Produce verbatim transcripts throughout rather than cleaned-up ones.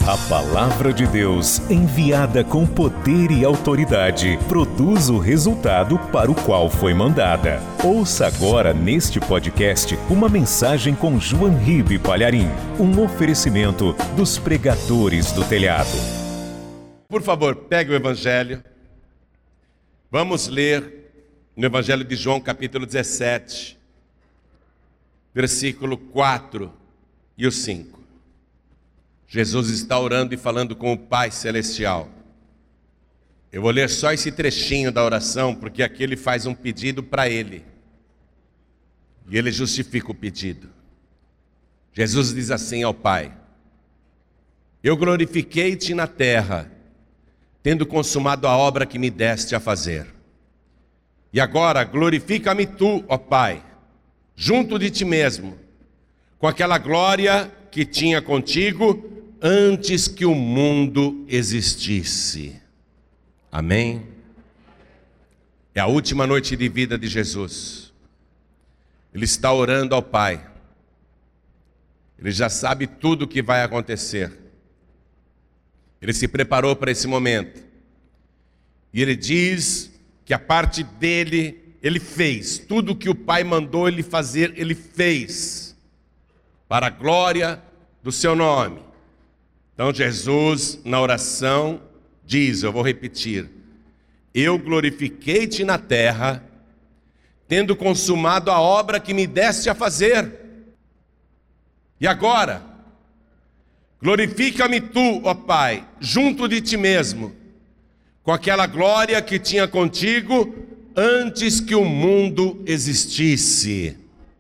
A palavra de Deus, enviada com poder e autoridade, produz o resultado para o qual foi mandada. Ouça agora neste podcast uma mensagem com João Ribe Palharim, um oferecimento dos pregadores do telhado. Por favor, pegue o Evangelho. Vamos ler no Evangelho de João, capítulo dezessete, versículo quatro e o cinco. Jesus está orando e falando com o Pai Celestial. Eu vou ler só esse trechinho da oração, porque aqui ele faz um pedido para ele. E ele justifica o pedido. Jesus diz assim ao Pai: Eu glorifiquei-te na terra, tendo consumado a obra que me deste a fazer. E agora glorifica-me tu, ó Pai, junto de ti mesmo, com aquela glória que tinha contigo antes que o mundo existisse. Amém? É a última noite de vida de Jesus. Ele está orando ao Pai. Ele já sabe tudo o que vai acontecer. Ele se preparou para esse momento. E ele diz que a parte dele, ele fez. Tudo o que o Pai mandou ele fazer, ele fez. Para a glória do seu nome. Então Jesus, na oração, diz, eu vou repetir: Eu glorifiquei-te na terra, tendo consumado a obra que me deste a fazer. E agora, glorifica-me tu, ó Pai, junto de ti mesmo, com aquela glória que tinha contigo antes que o mundo existisse.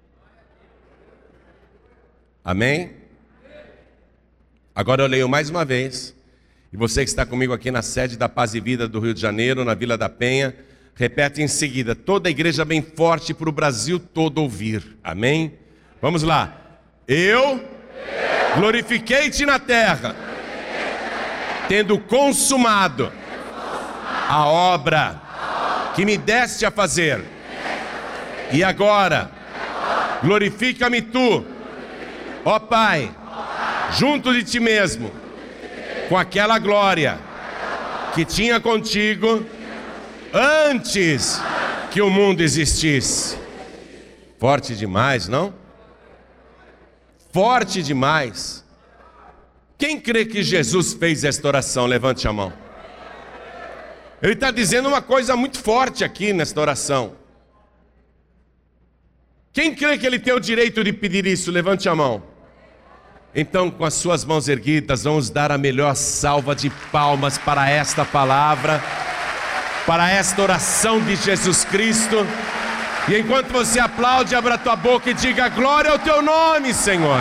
Amém? Agora eu leio mais uma vez, e você que está comigo aqui na sede da Paz e Vida do Rio de Janeiro, na Vila da Penha, repete em seguida, toda a igreja bem forte para o Brasil todo ouvir. Amém? Vamos lá. Eu glorifiquei-te na terra, tendo consumado a obra que me deste a fazer. E agora, glorifica-me tu, ó Pai, junto de ti mesmo, com aquela glória que tinha contigo antes que o mundo existisse. Forte demais, não? Forte demais. Quem crê que Jesus fez esta oração? Levante a mão. Ele está dizendo uma coisa muito forte aqui nesta oração. Quem crê que ele tem o direito de pedir isso? Levante a mão. Então, com as suas mãos erguidas, vamos dar a melhor salva de palmas para esta palavra, para esta oração de Jesus Cristo. E enquanto você aplaude, abra a tua boca e diga glória ao teu nome, Senhor.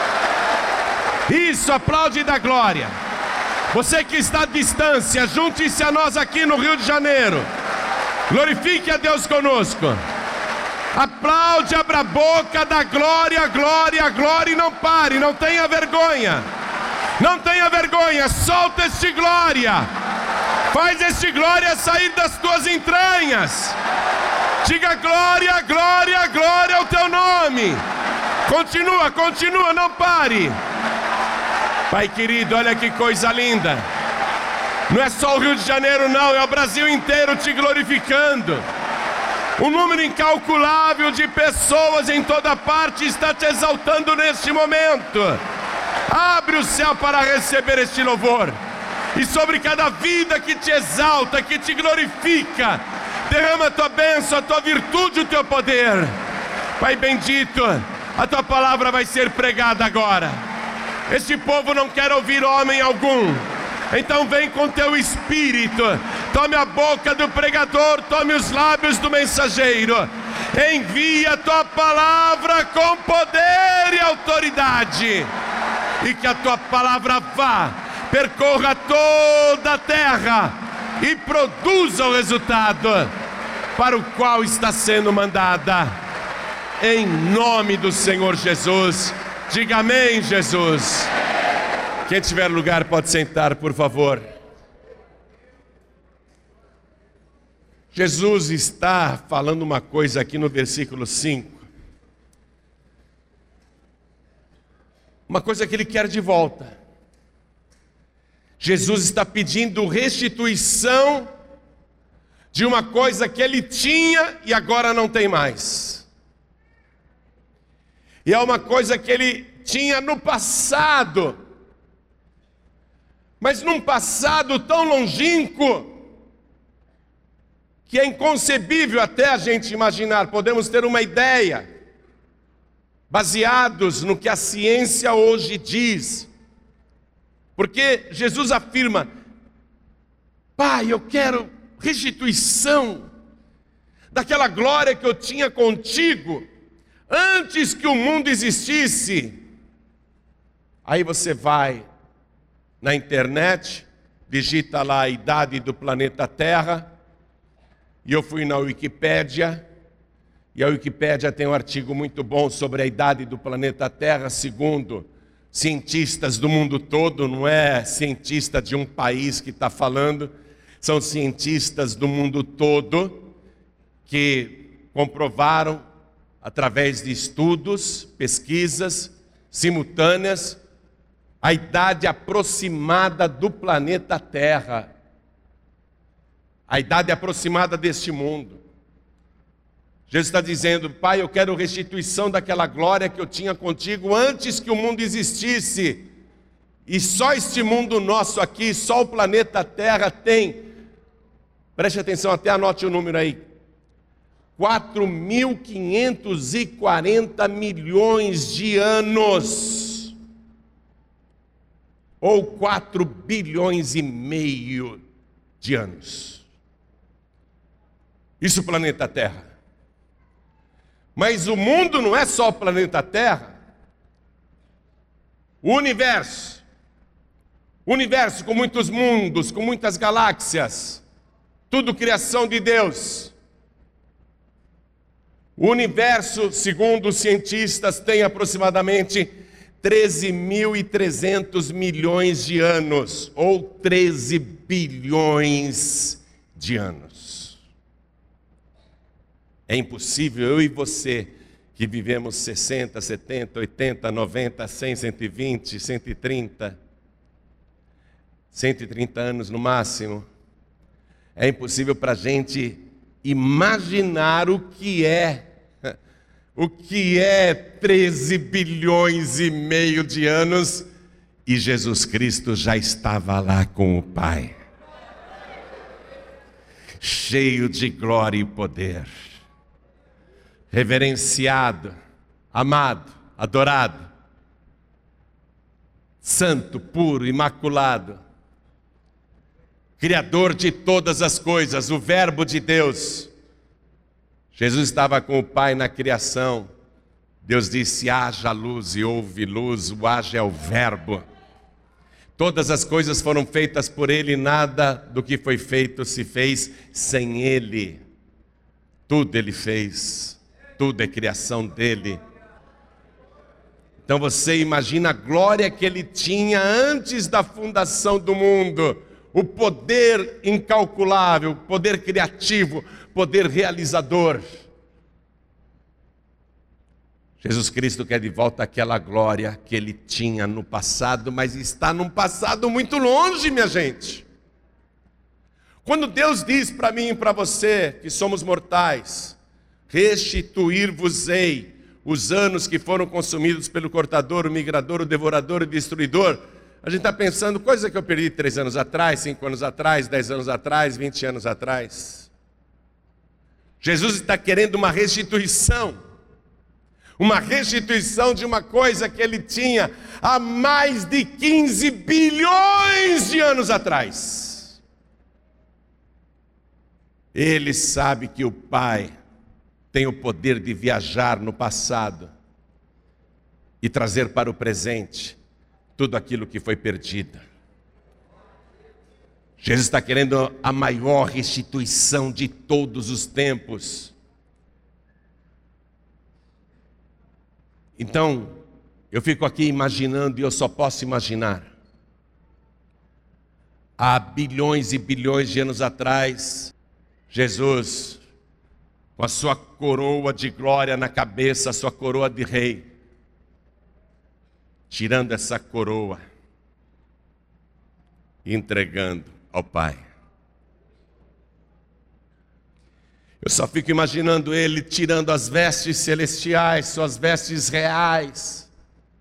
Isso, aplaude e dá glória. Você que está à distância, junte-se a nós aqui no Rio de Janeiro. Glorifique a Deus conosco. Aplaude, abra a boca, dá glória, glória, glória e não pare, não tenha vergonha. Não tenha vergonha, solta este glória. Faz este glória sair das tuas entranhas. Diga glória, glória, glória ao teu nome. Continua, continua, não pare. Pai querido, olha que coisa linda. Não é só o Rio de Janeiro não, é o Brasil inteiro te glorificando. Um número incalculável de pessoas em toda parte está te exaltando neste momento. Abre o céu para receber este louvor. E sobre cada vida que te exalta, que te glorifica, derrama a tua bênção, a tua virtude, o teu poder. Pai bendito, a tua palavra vai ser pregada agora. Este povo não quer ouvir homem algum. Então vem com teu espírito, tome a boca do pregador, tome os lábios do mensageiro, envia a tua palavra com poder e autoridade, e que a tua palavra vá, percorra toda a terra e produza o resultado para o qual está sendo mandada, em nome do Senhor Jesus. Diga amém, Jesus. Quem tiver lugar pode sentar, por favor. Jesus está falando uma coisa aqui no versículo cinco. Uma coisa que ele quer de volta. Jesus está pedindo restituição de uma coisa que ele tinha e agora não tem mais. E é uma coisa que ele tinha no passado, mas num passado tão longínquo que é inconcebível até a gente imaginar. Podemos ter uma ideia, baseados no que a ciência hoje diz. Porque Jesus afirma: Pai, eu quero restituição daquela glória que eu tinha contigo antes que o mundo existisse. Aí você vai na internet, digita lá a idade do planeta Terra, e eu fui na Wikipédia, e a Wikipédia tem um artigo muito bom sobre a idade do planeta Terra, segundo cientistas do mundo todo. Não é cientista de um país que está falando, são cientistas do mundo todo que comprovaram, através de estudos, pesquisas simultâneas, a idade aproximada do planeta Terra, a idade aproximada deste mundo. Jesus está dizendo: Pai, eu quero restituição daquela glória que eu tinha contigo antes que o mundo existisse. E só este mundo nosso aqui, só o planeta Terra tem, preste atenção, até anote o número aí, quatro mil quinhentos e quarenta milhões de anos, ou quatro bilhões e meio de anos. Isso, o planeta Terra. Mas o mundo não é só o planeta Terra. O universo, o universo com muitos mundos, com muitas galáxias, tudo criação de Deus. O universo, segundo os cientistas, tem aproximadamente treze mil e trezentos milhões de anos, ou treze bilhões de anos. É impossível eu e você, que vivemos sessenta, setenta, oitenta, noventa, cem, cento e vinte, cento e trinta, cento e trinta anos no máximo, é impossível para a gente imaginar o que é, o que é treze bilhões e meio de anos, e Jesus Cristo já estava lá com o Pai, cheio de glória e poder, reverenciado, amado, adorado, santo, puro, imaculado, Criador de todas as coisas, o Verbo de Deus. Jesus estava com o Pai na criação. Deus disse: haja luz, e houve luz. O haja é o Verbo. Todas as coisas foram feitas por Ele, nada do que foi feito se fez sem Ele. Tudo Ele fez. Tudo é criação dele. Então você imagina a glória que ele tinha antes da fundação do mundo, o poder incalculável, poder criativo, poder realizador. Jesus Cristo quer de volta aquela glória que ele tinha no passado, mas está num passado muito longe, minha gente. Quando Deus diz para mim e para você, que somos mortais: restituir-vos-ei os anos que foram consumidos pelo cortador, o migrador, o devorador e o destruidor. A gente está pensando, coisa que eu perdi três anos atrás, cinco anos atrás, dez anos atrás, vinte anos atrás. Jesus está querendo uma restituição. Uma restituição de uma coisa que ele tinha há mais de quinze bilhões de anos atrás. Ele sabe que o Pai tem o poder de viajar no passado e trazer para o presente tudo aquilo que foi perdido. Jesus está querendo a maior restituição de todos os tempos. Então, eu fico aqui imaginando, e eu só posso imaginar. Há bilhões e bilhões de anos atrás, Jesus, com a sua coroa de glória na cabeça, a sua coroa de rei, tirando essa coroa, e entregando ao Pai. Eu só fico imaginando ele tirando as vestes celestiais, suas vestes reais,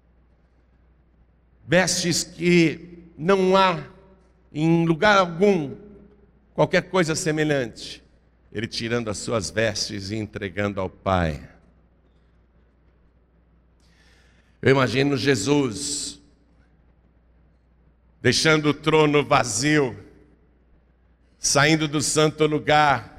vestes que não há em lugar algum qualquer coisa semelhante. Ele tirando as suas vestes e entregando ao Pai. Eu imagino Jesus deixando o trono vazio, saindo do santo lugar,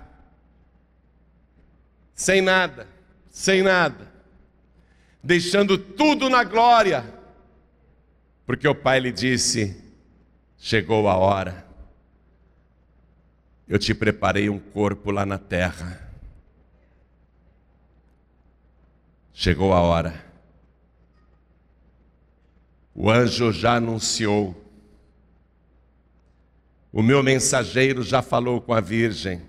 sem nada, sem nada, deixando tudo na glória, porque o Pai lhe disse: chegou a hora, eu te preparei um corpo lá na terra, chegou a hora. O anjo já anunciou, o meu mensageiro já falou com a virgem.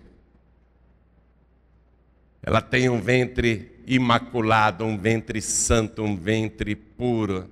Ela tem um ventre imaculado, um ventre santo, um ventre puro.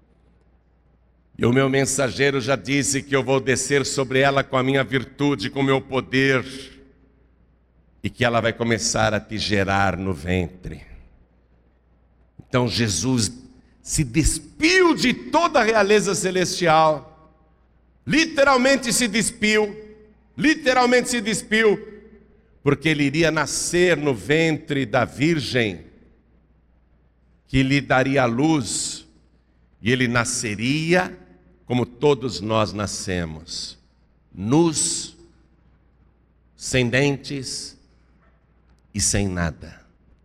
E o meu mensageiro já disse que eu vou descer sobre ela com a minha virtude, com o meu poder, e que ela vai começar a te gerar no ventre. Então Jesus se despiu de toda a realeza celestial, literalmente se despiu, literalmente se despiu, porque ele iria nascer no ventre da virgem, que lhe daria a luz, e ele nasceria como todos nós nascemos, nus, sem dentes e sem nada.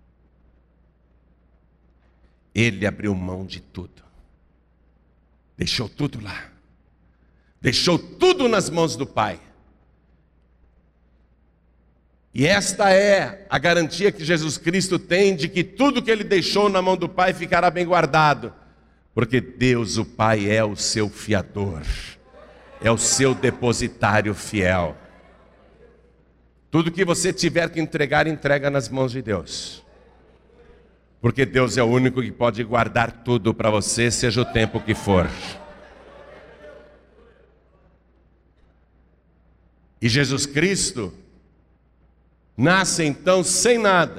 Ele abriu mão de tudo, deixou tudo lá, deixou tudo nas mãos do Pai. E esta é a garantia que Jesus Cristo tem de que tudo que Ele deixou na mão do Pai ficará bem guardado. Porque Deus, o Pai, é o seu fiador, é o seu depositário fiel. Tudo que você tiver que entregar, entrega nas mãos de Deus. Porque Deus é o único que pode guardar tudo para você, seja o tempo que for. E Jesus Cristo nasce então sem nada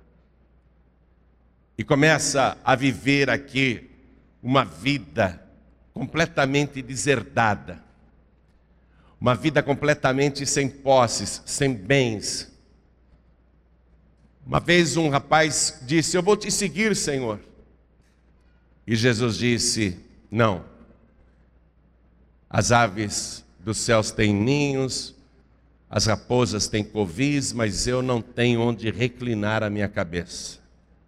e começa a viver aqui uma vida completamente deserdada, uma vida completamente sem posses, sem bens. Uma vez um rapaz disse: eu vou te seguir, Senhor. E Jesus disse: não, as aves dos céus têm ninhos, as raposas têm covis, mas eu não tenho onde reclinar a minha cabeça.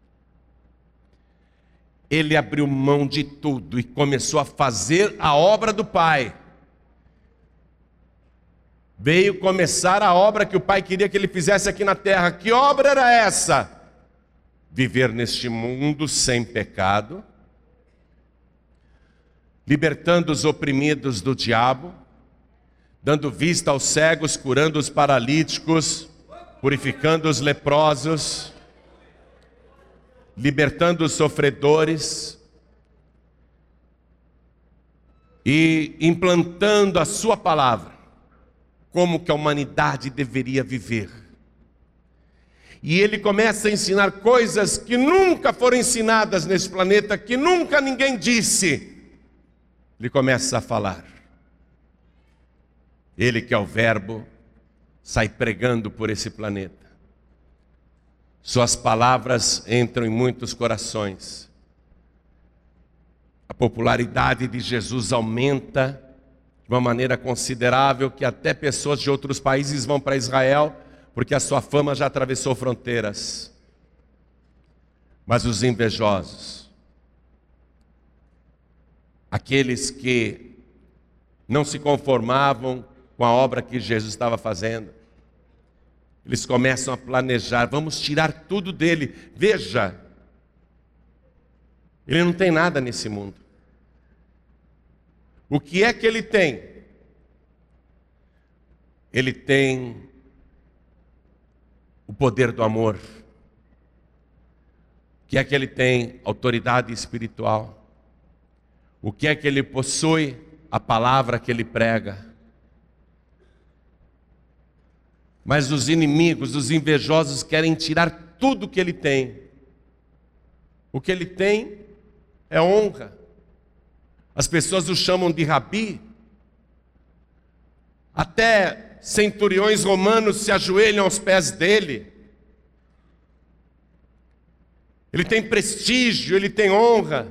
Ele abriu mão de tudo e começou a fazer a obra do Pai. Veio começar a obra que o Pai queria que ele fizesse aqui na terra. Que obra era essa? Viver neste mundo sem pecado, libertando os oprimidos do diabo, dando vista aos cegos, curando os paralíticos, purificando os leprosos, libertando os sofredores e implantando a sua palavra, como que a humanidade deveria viver. E ele começa a ensinar coisas que nunca foram ensinadas nesse planeta, que nunca ninguém disse. Ele começa a falar. Ele que é o Verbo, sai pregando por esse planeta. Suas palavras entram em muitos corações. A popularidade de Jesus aumenta de uma maneira considerável, que até pessoas de outros países vão para Israel, porque a sua fama já atravessou fronteiras. Mas os invejosos, aqueles que não se conformavam com a obra que Jesus estava fazendo, eles começam a planejar: vamos tirar tudo dele. Veja, ele não tem nada nesse mundo. O que é que ele tem? Ele tem o poder do amor. O que é que ele tem? Autoridade espiritual. O que é que ele possui? A palavra que ele prega. Mas os inimigos, os invejosos querem tirar tudo que ele tem. O que ele tem é honra. As pessoas o chamam de rabi. Até centuriões romanos se ajoelham aos pés dele. Ele tem prestígio, ele tem honra.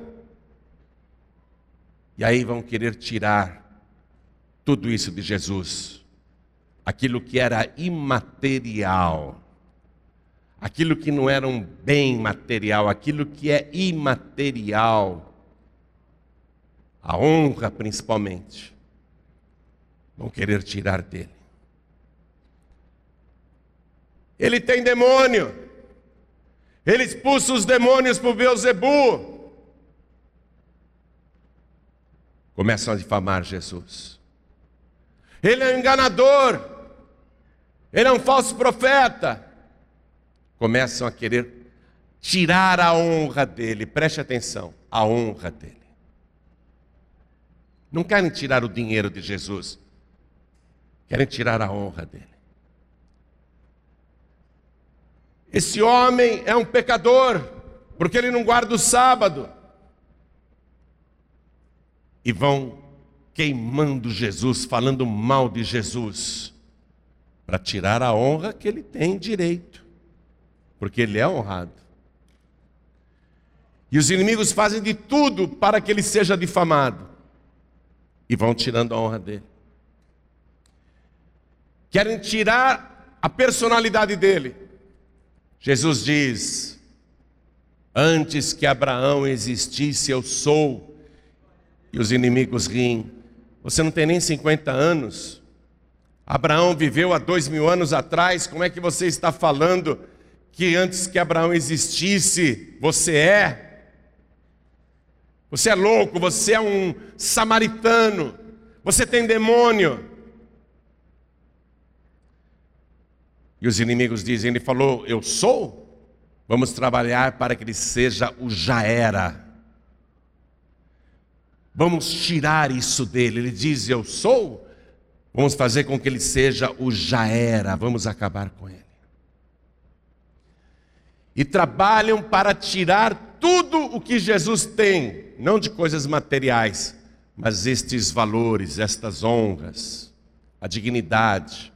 E aí vão querer tirar tudo isso de Jesus. Aquilo que era imaterial. Aquilo que não era um bem material, aquilo que é imaterial. A honra, principalmente. Vão querer tirar dele. Ele tem demônio. Ele expulsa os demônios por Beelzebu. Começam a difamar Jesus. Ele é um enganador. Ele é um falso profeta. Começam a querer tirar a honra dele. Preste atenção, a honra dele. Não querem tirar o dinheiro de Jesus. Querem tirar a honra dele. Esse homem é um pecador, porque ele não guarda o sábado. E vão queimando Jesus, falando mal de Jesus, para tirar a honra que ele tem direito, porque ele é honrado. E os inimigos fazem de tudo para que ele seja difamado, e vão tirando a honra dele. Querem tirar a personalidade dele. Jesus diz: antes que Abraão existisse, eu sou. E os inimigos riem. Você não tem nem cinquenta anos. Abraão viveu há dois mil anos atrás. Como é que você está falando que antes que Abraão existisse, você é? Você é louco, você é um samaritano. Você tem demônio. E os inimigos dizem, ele falou, eu sou? Vamos trabalhar para que ele seja o já era. Vamos tirar isso dele. Ele diz, eu sou? Vamos fazer com que ele seja o já era. Vamos acabar com ele. E trabalham para tirar tudo o que Jesus tem. Não de coisas materiais, mas estes valores, estas honras, a dignidade,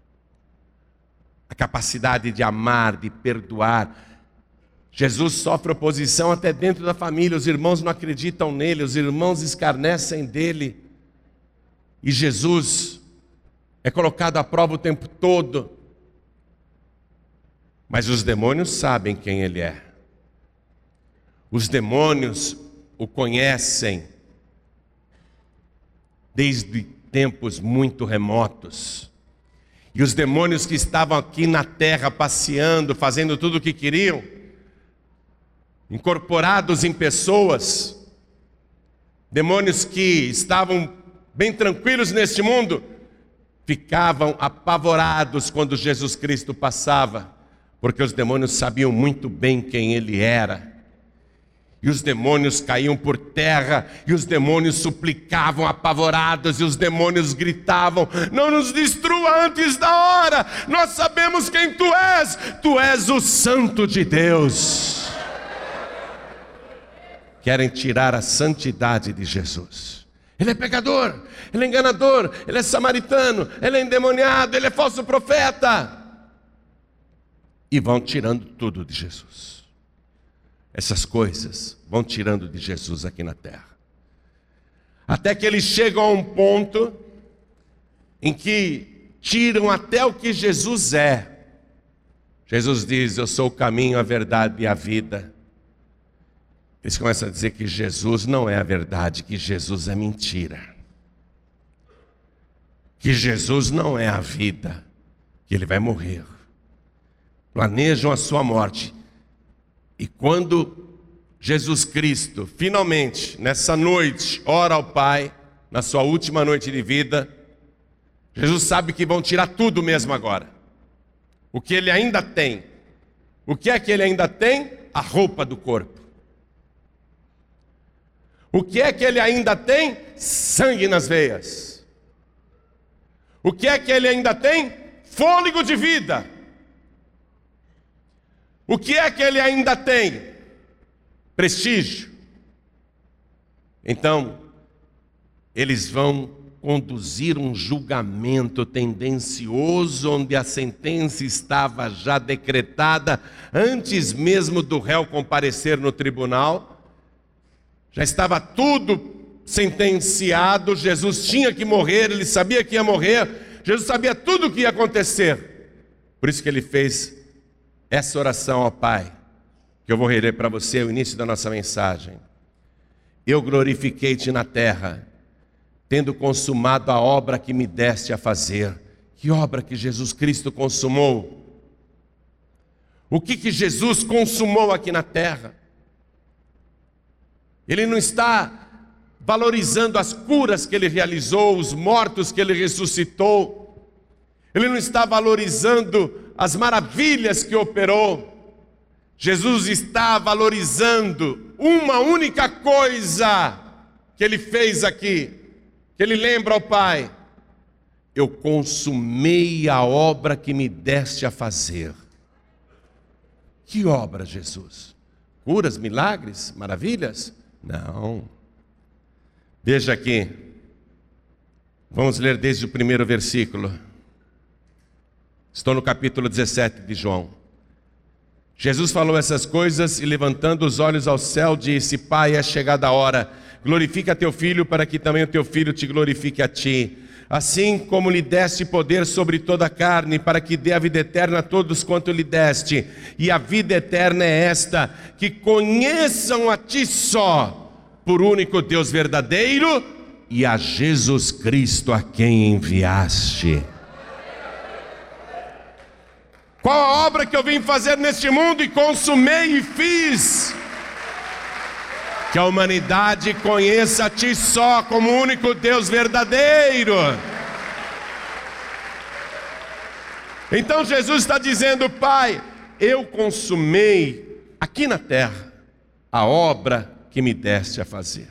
a capacidade de amar, de perdoar. Jesus sofre oposição até dentro da família, os irmãos não acreditam nele, os irmãos escarnecem dele. E Jesus é colocado à prova o tempo todo. Mas os demônios sabem quem ele é. Os demônios o conhecem desde tempos muito remotos. E os demônios que estavam aqui na terra passeando, fazendo tudo o que queriam, incorporados em pessoas, demônios que estavam bem tranquilos neste mundo, ficavam apavorados quando Jesus Cristo passava, porque os demônios sabiam muito bem quem ele era. E os demônios caíam por terra, e os demônios suplicavam apavorados, e os demônios gritavam, não nos destrua antes da hora, nós sabemos quem tu és, tu és o Santo de Deus. Querem tirar a santidade de Jesus. Ele é pecador, ele é enganador, ele é samaritano, ele é endemoniado, ele é falso profeta. E vão tirando tudo de Jesus. Essas coisas vão tirando de Jesus aqui na terra. Até que eles chegam a um ponto em que tiram até o que Jesus é. Jesus diz, eu sou o caminho, a verdade e a vida. Eles começam a dizer que Jesus não é a verdade, que Jesus é mentira. Que Jesus não é a vida, que ele vai morrer. Planejam a sua morte. E quando Jesus Cristo, finalmente, nessa noite, ora ao Pai, na sua última noite de vida, Jesus sabe que vão tirar tudo mesmo agora. O que ele ainda tem. O que é que ele ainda tem? A roupa do corpo. O que é que ele ainda tem? Sangue nas veias. O que é que ele ainda tem? fôlego de vida. O que é que ele ainda tem? Prestígio. Então, eles vão conduzir um julgamento tendencioso, onde a sentença estava já decretada antes mesmo do réu comparecer no tribunal. Já estava tudo sentenciado, Jesus tinha que morrer, ele sabia que ia morrer, Jesus sabia tudo o que ia acontecer. Por isso que ele fez essa oração ao Pai, que eu vou ler para você o início da nossa mensagem. Eu glorifiquei-te na terra, tendo consumado a obra que me deste a fazer. Que obra que Jesus Cristo consumou? O que que Jesus consumou aqui na terra? Ele não está valorizando as curas que ele realizou, os mortos que ele ressuscitou. Ele não está valorizando as maravilhas que operou. Jesus está valorizando uma única coisa que ele fez aqui, que ele lembra ao Pai: eu consumei a obra que me deste a fazer. Que obra, Jesus? Curas, milagres, maravilhas? Não. Veja aqui, vamos ler desde o primeiro versículo. Estou no capítulo dezessete de João. Jesus falou essas coisas e, levantando os olhos ao céu, disse: Pai, é chegada a hora, glorifica teu filho, para que também o teu filho te glorifique a ti. Assim como lhe deste poder sobre toda a carne, para que dê a vida eterna a todos quanto lhe deste. E a vida eterna é esta: que conheçam a ti só, por único Deus verdadeiro, e a Jesus Cristo a quem enviaste. Qual a obra que eu vim fazer neste mundo e consumei e fiz? Que a humanidade conheça a ti só como o único Deus verdadeiro. Então Jesus está dizendo: Pai, eu consumei aqui na terra a obra que me deste a fazer.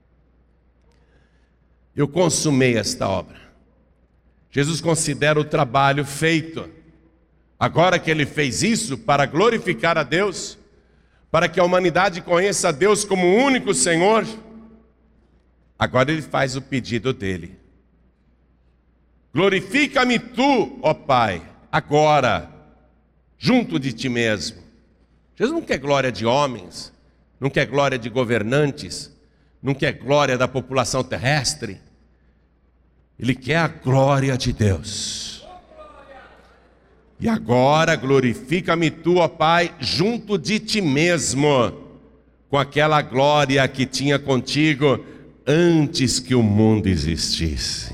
Eu consumei esta obra. Jesus considera o trabalho feito. Agora que ele fez isso para glorificar a Deus, para que a humanidade conheça a Deus como o único Senhor, agora ele faz o pedido dele: glorifica-me tu, ó Pai, agora, junto de ti mesmo. Jesus não quer glória de homens, não quer glória de governantes, não quer glória da população terrestre. Ele quer a glória de Deus. E agora glorifica-me tu, ó Pai, junto de ti mesmo, com aquela glória que tinha contigo antes que o mundo existisse.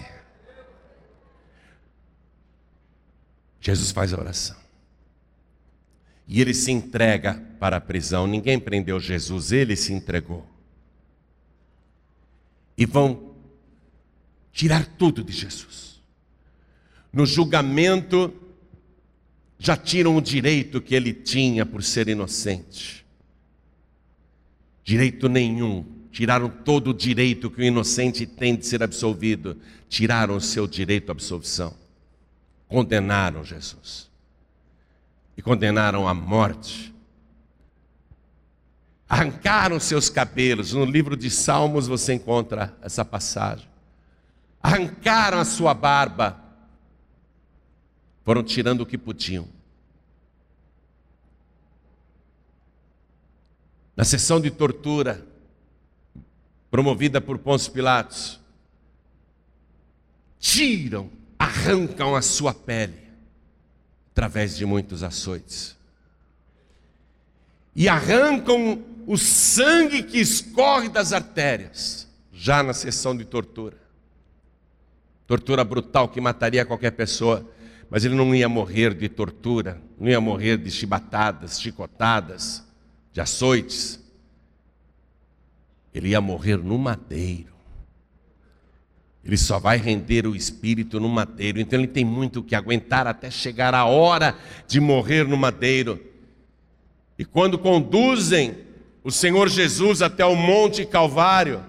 Jesus faz a oração. E ele se entrega para a prisão. Ninguém prendeu Jesus, ele se entregou. E vão tirar tudo de Jesus. No julgamento, já tiram o direito que ele tinha por ser inocente. Direito nenhum. Tiraram todo o direito que o inocente tem de ser absolvido. Tiraram o seu direito à absolvição. Condenaram Jesus. E condenaram à morte. Arrancaram seus cabelos. No livro de Salmos você encontra essa passagem. Arrancaram a sua barba. Foram tirando o que podiam. Na sessão de tortura, promovida por Pôncio Pilatos, tiram, arrancam a sua pele, através de muitos açoites. E arrancam o sangue que escorre das artérias, já na sessão de tortura. Tortura brutal que mataria qualquer pessoa. Mas ele não ia morrer de tortura, não ia morrer de chibatadas, chicotadas, de açoites. Ele ia morrer no madeiro. Ele só vai render o espírito no madeiro. Então ele tem muito o que aguentar até chegar a hora de morrer no madeiro. E quando conduzem o Senhor Jesus até o Monte Calvário,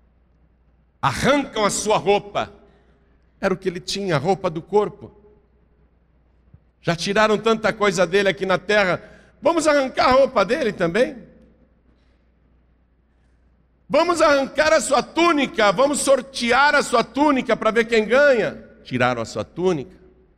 arrancam a sua roupa. Era o que ele tinha, a roupa do corpo. Já tiraram tanta coisa dele aqui na terra, vamos arrancar a roupa dele também? Vamos arrancar a sua túnica, vamos sortear a sua túnica para ver quem ganha. Tiraram a sua túnica.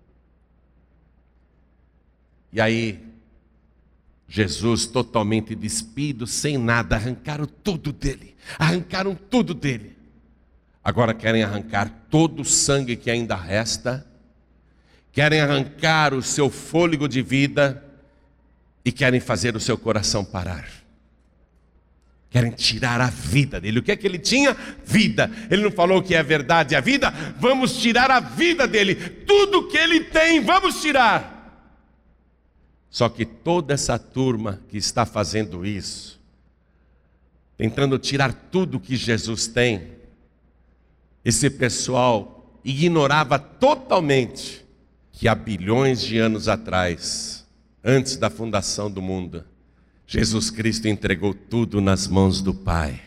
E aí, Jesus totalmente despido, sem nada, arrancaram tudo dele. Arrancaram tudo dele. Agora querem arrancar todo o sangue que ainda resta. Querem arrancar o seu fôlego de vida. E querem fazer o seu coração parar. Querem tirar a vida dele. O que é que ele tinha? Vida. Ele não falou que é verdade a vida? Vamos tirar a vida dele. Tudo que ele tem, vamos tirar. Só que toda essa turma que está fazendo isso, tentando tirar tudo que Jesus tem, esse pessoal ignorava totalmente que há bilhões de anos atrás, antes da fundação do mundo, Jesus Cristo entregou tudo nas mãos do Pai.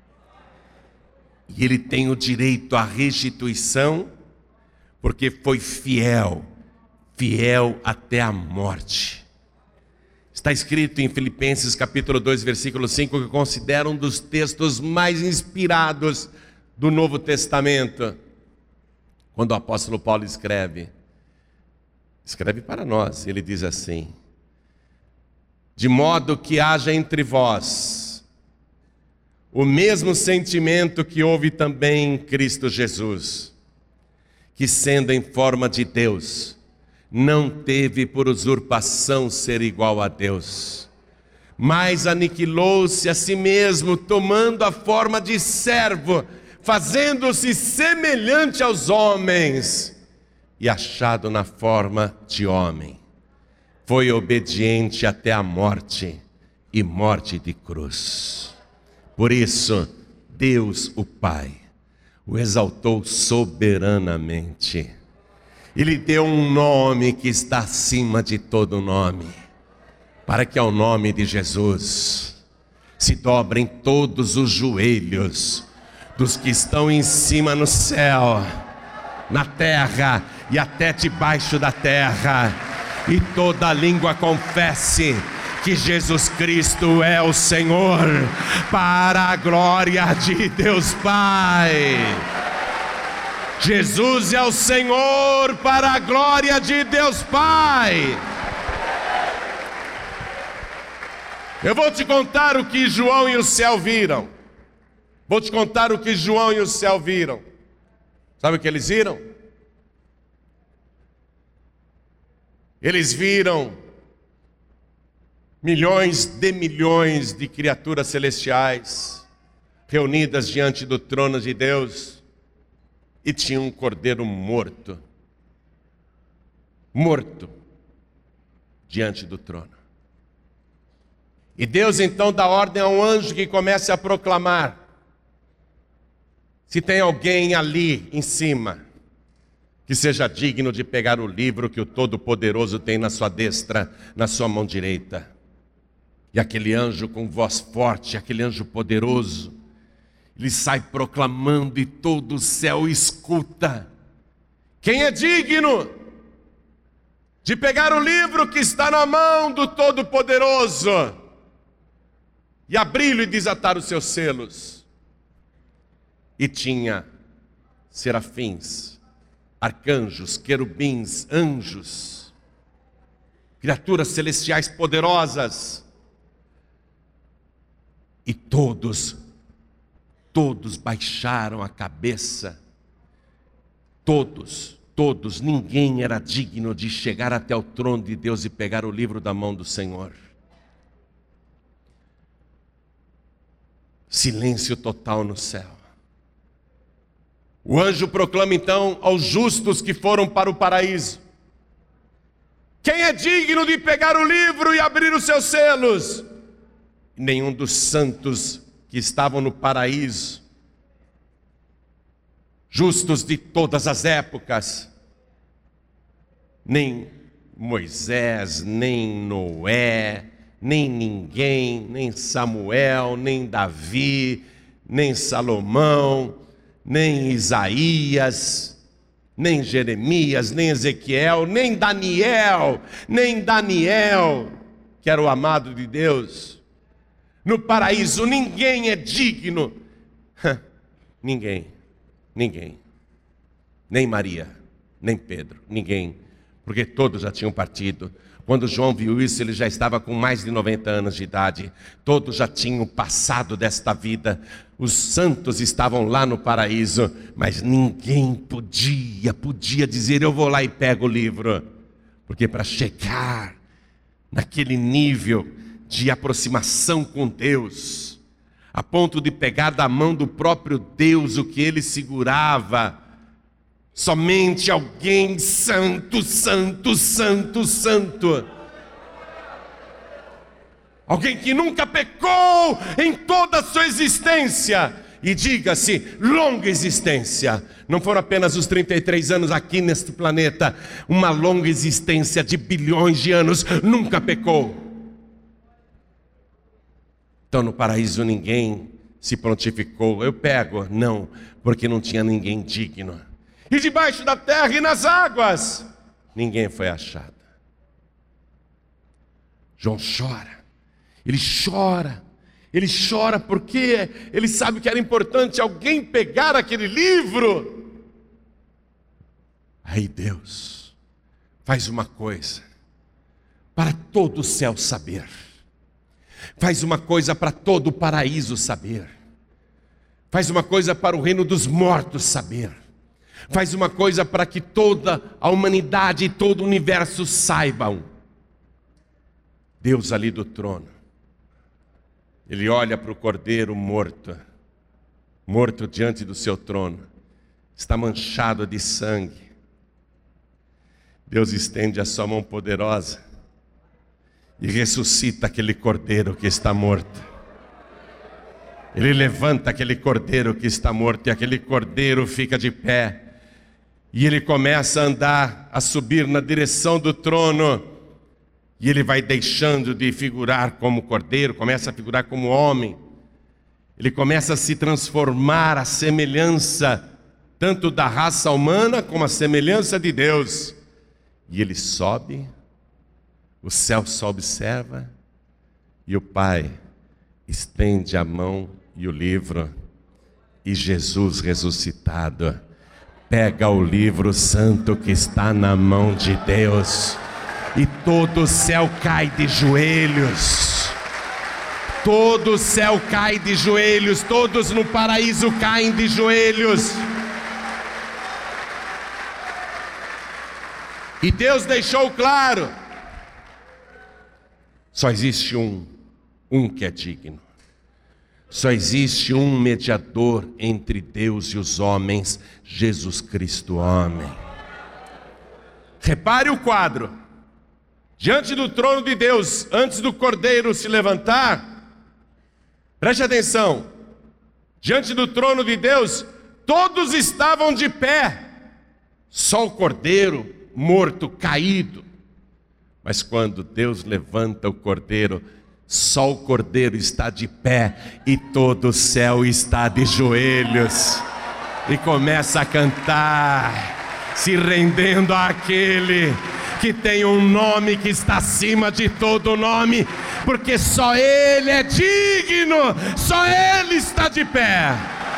E Ele tem o direito à restituição, porque foi fiel, fiel até a morte. Está escrito em Filipenses capítulo dois, versículo cinco, que eu considero um dos textos mais inspirados do Novo Testamento. Quando o apóstolo Paulo escreve, escreve para nós, ele diz assim: de modo que haja entre vós o mesmo sentimento que houve também em Cristo Jesus, que sendo em forma de Deus, não teve por usurpação ser igual a Deus, mas aniquilou-se a si mesmo, tomando a forma de servo, fazendo-se semelhante aos homens, e achado na forma de homem, foi obediente até a morte, e morte de cruz. Por isso, Deus o Pai o exaltou soberanamente. Ele deu um nome que está acima de todo nome, para que ao nome de Jesus se dobrem todos os joelhos dos que estão em cima no céu, na terra e até debaixo da terra, e toda língua confesse que Jesus Cristo é o Senhor, para a glória de Deus Pai. Jesus é o Senhor, para a glória de Deus Pai. Eu vou te contar o que João e o céu viram. Vou te contar o que João e o céu viram. Sabe o que eles viram? Eles viram milhões de milhões de criaturas celestiais reunidas diante do trono de Deus. E tinha um cordeiro morto, morto, diante do trono. E Deus então dá ordem a um anjo que comece a proclamar: se tem alguém ali em cima, que seja digno de pegar o livro que o Todo-Poderoso tem na sua destra, na sua mão direita. E aquele anjo com voz forte, aquele anjo poderoso, ele sai proclamando e todo o céu escuta: quem é digno de pegar o livro que está na mão do Todo-Poderoso e abri-lo e desatar os seus selos? E tinha serafins, arcanjos, querubins, anjos, criaturas celestiais poderosas, e todos Todos baixaram a cabeça, todos, todos, ninguém era digno de chegar até o trono de Deus e pegar o livro da mão do Senhor. Silêncio total no céu. O anjo proclama então aos justos que foram para o paraíso: quem é digno de pegar o livro e abrir os seus selos? Nenhum dos santos que estavam no paraíso, justos de todas as épocas, nem Moisés, nem Noé, nem ninguém, nem Samuel, nem Davi, nem Salomão, nem Isaías, Nem Jeremias, nem Ezequiel, nem Daniel, nem Daniel, que era o amado de Deus. No paraíso ninguém é digno. Ninguém, ninguém. Nem Maria, nem Pedro, ninguém. Porque todos já tinham partido. Quando João viu isso, ele já estava com mais de noventa anos de idade. Todos já tinham passado desta vida. Os santos estavam lá no paraíso, mas ninguém podia, podia dizer, eu vou lá e pego o livro. Porque para chegar naquele nível de aproximação com Deus, a ponto de pegar da mão do próprio Deus o que ele segurava, somente alguém santo, santo, santo, santo. Alguém que nunca pecou em toda a sua existência. E diga-se, longa existência. Não foram apenas os trinta e três anos aqui neste planeta. Uma longa existência de bilhões de anos. Nunca pecou. Então no paraíso ninguém se prontificou. Eu pego. Não, porque não tinha ninguém digno. E debaixo da terra e nas águas, ninguém foi achado. João chora, ele chora, ele chora porque ele sabe que era importante alguém pegar aquele livro. Aí Deus faz uma coisa para todo o céu saber, faz uma coisa para todo o paraíso saber, faz uma coisa para o reino dos mortos saber, faz uma coisa para que toda a humanidade e todo o universo saibam. Deus ali do trono, Ele olha para o cordeiro morto, morto diante do seu trono, está manchado de sangue. Deus estende a sua mão poderosa e ressuscita aquele cordeiro que está morto. Ele levanta aquele cordeiro que está morto e aquele cordeiro fica de pé. E ele começa a andar, a subir na direção do trono. E ele vai deixando de figurar como cordeiro, começa a figurar como homem. Ele começa a se transformar à semelhança tanto da raça humana como a semelhança de Deus. E ele sobe, o céu só observa, e o Pai estende a mão e o livro, e Jesus ressuscitado pega o livro santo que está na mão de Deus, e todo o céu cai de joelhos, todo o céu cai de joelhos, todos no paraíso caem de joelhos. E Deus deixou claro, só existe um, um que é digno. Só existe um mediador entre Deus e os homens, Jesus Cristo, homem. Repare o quadro. Diante do trono de Deus, antes do cordeiro se levantar, preste atenção. Diante do trono de Deus, todos estavam de pé. Só o cordeiro morto, caído. Mas quando Deus levanta o cordeiro, só o cordeiro está de pé e todo o céu está de joelhos e começa a cantar, se rendendo àquele que tem um nome que está acima de todo nome, porque só Ele é digno, só Ele está de pé.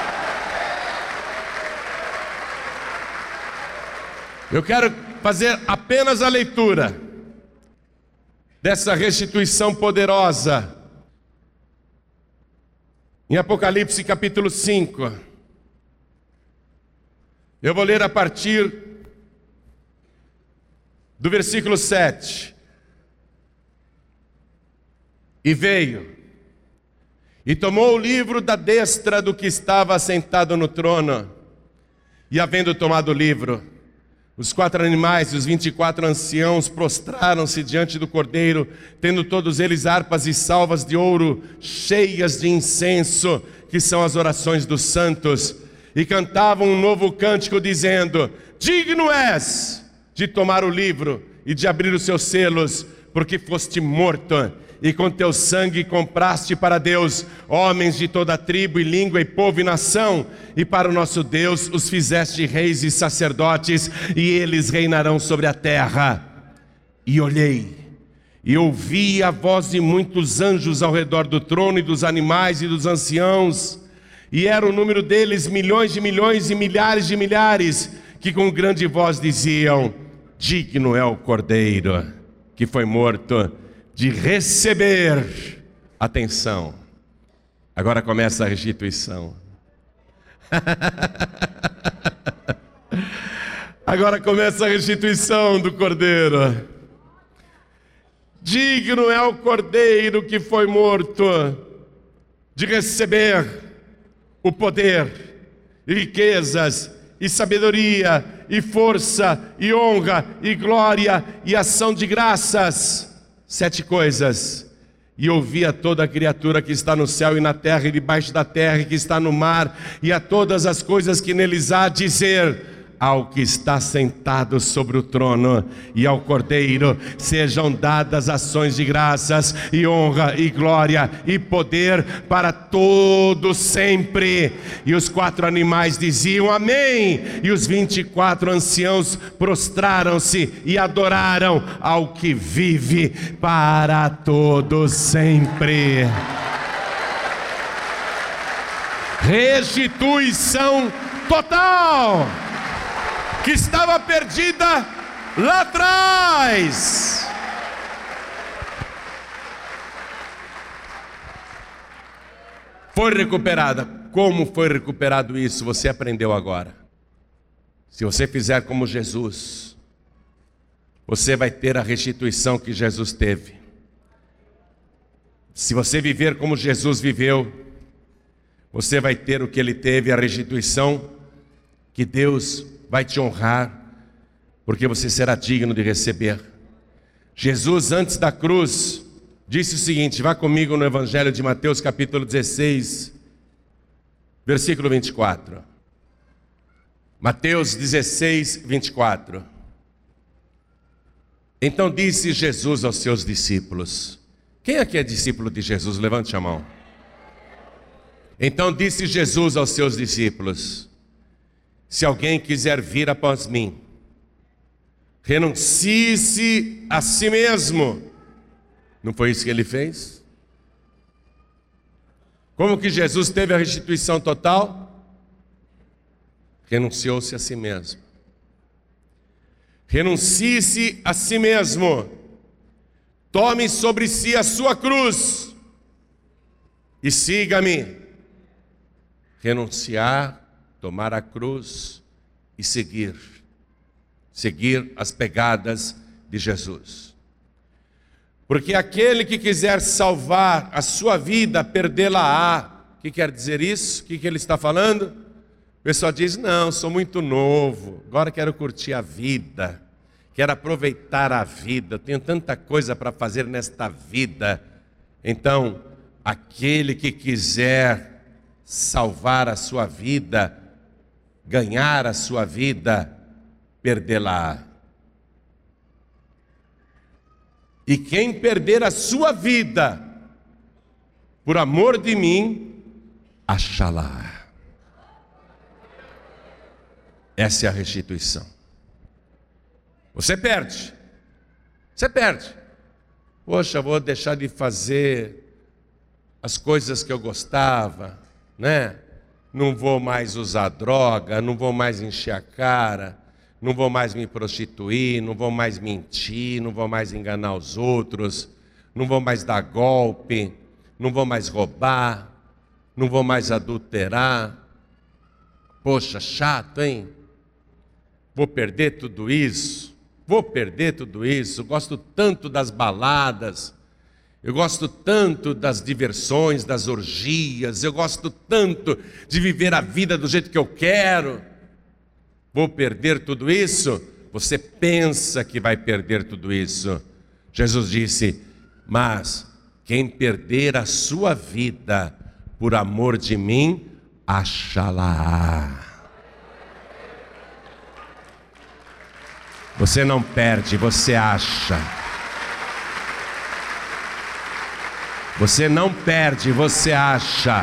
Eu quero fazer apenas a leitura dessa restituição poderosa em Apocalipse capítulo cinco. Eu vou ler a partir do versículo sete. E veio e tomou o livro da destra do que estava assentado no trono, e havendo tomado o livro, os quatro animais e os vinte e quatro anciãos prostraram-se diante do cordeiro, tendo todos eles harpas e salvas de ouro, cheias de incenso, que são as orações dos santos, e cantavam um novo cântico, dizendo: digno és de tomar o livro e de abrir os seus selos, porque foste morto, e com teu sangue compraste para Deus homens de toda tribo e língua e povo e nação, e para o nosso Deus os fizeste reis e sacerdotes, e eles reinarão sobre a terra. E olhei, e ouvi a voz de muitos anjos ao redor do trono, e dos animais e dos anciãos, e era o número deles milhões de milhões e milhares de milhares, que com grande voz diziam: digno é o Cordeiro que foi morto de receber, atenção, agora começa a restituição. Agora começa a restituição do Cordeiro. Digno é o Cordeiro que foi morto de receber o poder, e riquezas, e sabedoria, e força, e honra, e glória, e ação de graças. Sete coisas. E ouvi a toda a criatura que está no céu e na terra e debaixo da terra, e que está no mar, e a todas as coisas que neles há, dizer: ao que está sentado sobre o trono e ao Cordeiro sejam dadas ações de graças, e honra, e glória, e poder para todo sempre. E os quatro animais diziam: amém. E os vinte e quatro anciãos prostraram-se e adoraram ao que vive para todo sempre. Restituição total, que estava perdida lá atrás. Foi recuperada. Como foi recuperado isso? Você aprendeu agora. Se você fizer como Jesus, você vai ter a restituição que Jesus teve. Se você viver como Jesus viveu, você vai ter o que ele teve, a restituição que Deus vai te honrar, porque você será digno de receber. Jesus, antes da cruz, disse o seguinte: vá comigo no Evangelho de Mateus capítulo dezesseis, versículo vinte e quatro. Mateus dezesseis, vinte e quatro. Então disse Jesus aos seus discípulos. Quem aqui é discípulo de Jesus? Levante a mão. Então disse Jesus aos seus discípulos: se alguém quiser vir após mim, renuncie-se a si mesmo. Não foi isso que ele fez? Como que Jesus teve a restituição total? Renunciou-se a si mesmo. Renuncie-se a si mesmo. Tome sobre si a sua cruz e siga-me. Renunciar, tomar a cruz e seguir, seguir as pegadas de Jesus. Porque aquele que quiser salvar a sua vida, perdê-la-á. O que quer dizer isso? O que, que ele está falando? O pessoal diz: não, sou muito novo, agora quero curtir a vida, quero aproveitar a vida, tenho tanta coisa para fazer nesta vida. Então, aquele que quiser salvar a sua vida, ganhar a sua vida, perdê-la. E quem perder a sua vida, por amor de mim, achá-la. Essa é a restituição. Você perde. Você perde. Poxa, vou deixar de fazer as coisas que eu gostava, né? Não vou mais usar droga, não vou mais encher a cara, não vou mais me prostituir, não vou mais mentir, não vou mais enganar os outros, não vou mais dar golpe, não vou mais roubar, não vou mais adulterar. Poxa, chato, hein? Vou perder tudo isso, vou perder tudo isso. Eu gosto tanto das baladas, eu gosto tanto das diversões, das orgias, eu gosto tanto de viver a vida do jeito que eu quero. Vou perder tudo isso? Você pensa que vai perder tudo isso. Jesus disse: mas quem perder a sua vida por amor de mim, achá-la. Você não perde, você acha. Você não perde, você acha.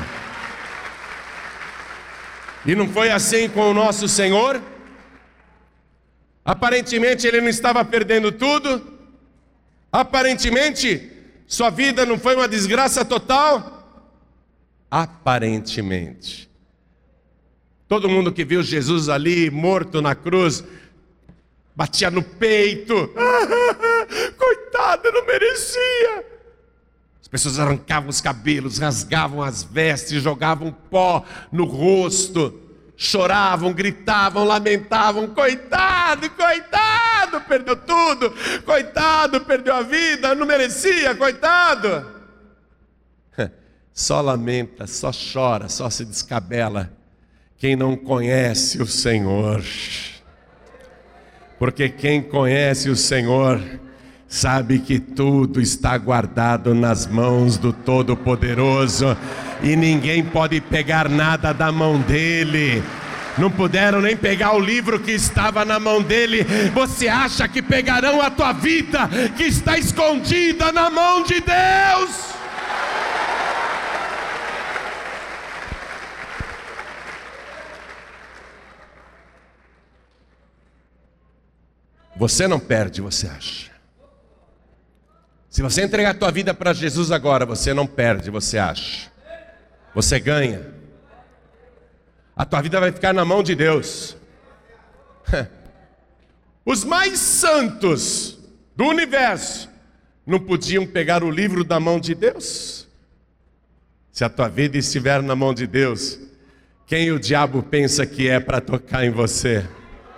E não foi assim com o nosso Senhor? Aparentemente ele não estava perdendo tudo. Aparentemente sua vida não foi uma desgraça total. Aparentemente. Todo mundo que viu Jesus ali morto na cruz batia no peito. Coitado, não merecia. As pessoas arrancavam os cabelos, rasgavam as vestes, jogavam pó no rosto, choravam, gritavam, lamentavam. Coitado, coitado, perdeu tudo. Coitado, perdeu a vida, não merecia, coitado. Só lamenta, só chora, só se descabela quem não conhece o Senhor. Porque quem conhece o Senhor sabe que tudo está guardado nas mãos do Todo-Poderoso e ninguém pode pegar nada da mão dele. Não puderam nem pegar o livro que estava na mão dele. Você acha que pegarão a tua vida que está escondida na mão de Deus? Você não perde, você acha. Se você entregar a tua vida para Jesus agora, você não perde, você acha. Você ganha. A tua vida vai ficar na mão de Deus. Os mais santos do universo não podiam pegar o livro da mão de Deus? Se a tua vida estiver na mão de Deus, quem o diabo pensa que é para tocar em você?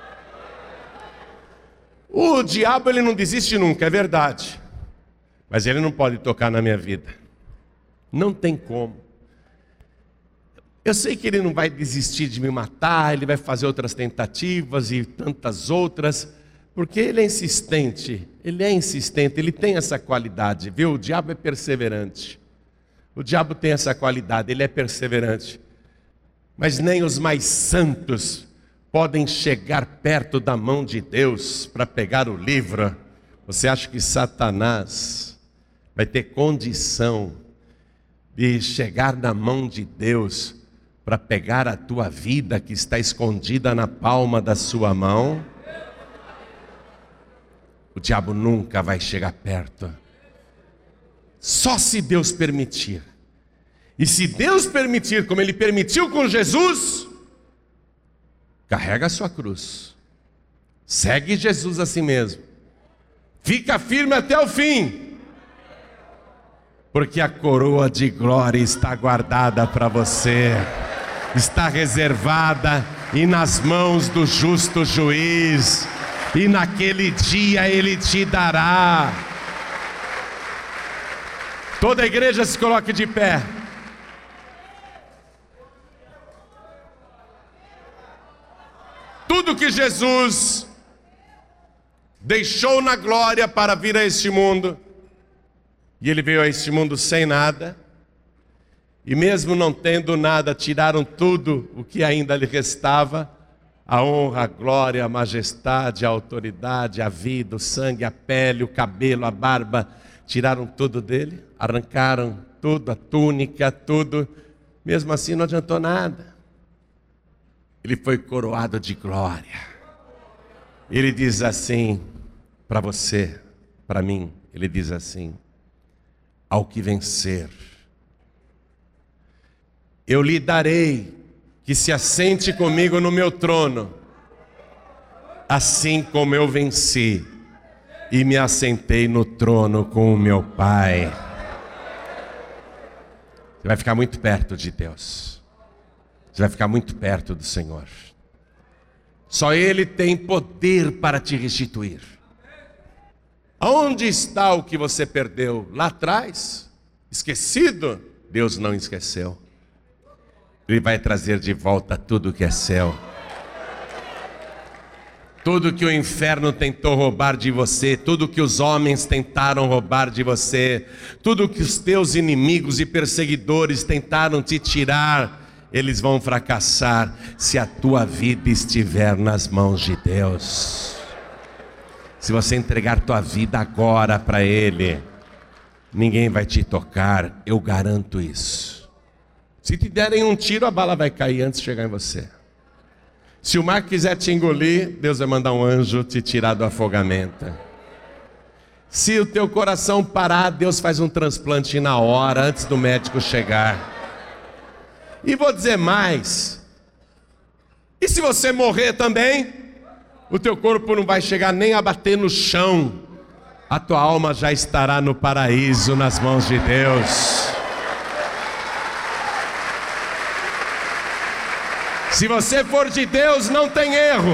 O diabo ele não desiste nunca, é verdade. Mas ele não pode tocar na minha vida. Não tem como. Eu sei que ele não vai desistir de me matar, ele vai fazer outras tentativas e tantas outras, porque ele é insistente, ele é insistente, ele tem essa qualidade, viu? O diabo é perseverante. O diabo tem essa qualidade, ele é perseverante. Mas nem os mais santos podem chegar perto da mão de Deus para pegar o livro. Você acha que Satanás vai ter condição de chegar na mão de Deus para pegar a tua vida que está escondida na palma da sua mão? O diabo nunca vai chegar perto. Só se Deus permitir. E se Deus permitir, como Ele permitiu com Jesus, carrega a sua cruz. Segue Jesus assim mesmo. Fica firme até o fim. Porque a coroa de glória está guardada para você. Está reservada e nas mãos do justo juiz. E naquele dia Ele te dará. Toda a igreja se coloque de pé. Tudo que Jesus deixou na glória para vir a este mundo, e Ele veio a este mundo sem nada, e mesmo não tendo nada, tiraram tudo o que ainda lhe restava, a honra, a glória, a majestade, a autoridade, a vida, o sangue, a pele, o cabelo, a barba, tiraram tudo dele, arrancaram tudo, a túnica, tudo, mesmo assim não adiantou nada. Ele foi coroado de glória. Ele diz assim para você, para mim, ele diz assim: ao que vencer, eu lhe darei que se assente comigo no meu trono, assim como eu venci e me assentei no trono com o meu Pai. Você vai ficar muito perto de Deus. Você vai ficar muito perto do Senhor. Só Ele tem poder para te restituir. Aonde está o que você perdeu? Lá atrás? Esquecido? Deus não esqueceu. Ele vai trazer de volta tudo que é seu. Tudo que o inferno tentou roubar de você, tudo que os homens tentaram roubar de você, tudo que os teus inimigos e perseguidores tentaram te tirar, eles vão fracassar se a tua vida estiver nas mãos de Deus. Se você entregar tua vida agora para Ele, ninguém vai te tocar, eu garanto isso. Se te derem um tiro, a bala vai cair antes de chegar em você. Se o mar quiser te engolir, Deus vai mandar um anjo te tirar do afogamento. Se o teu coração parar, Deus faz um transplante na hora, antes do médico chegar. E vou dizer mais, e se você morrer também, o teu corpo não vai chegar nem a bater no chão, a tua alma já estará no paraíso, nas mãos de Deus. Se você for de Deus, não tem erro.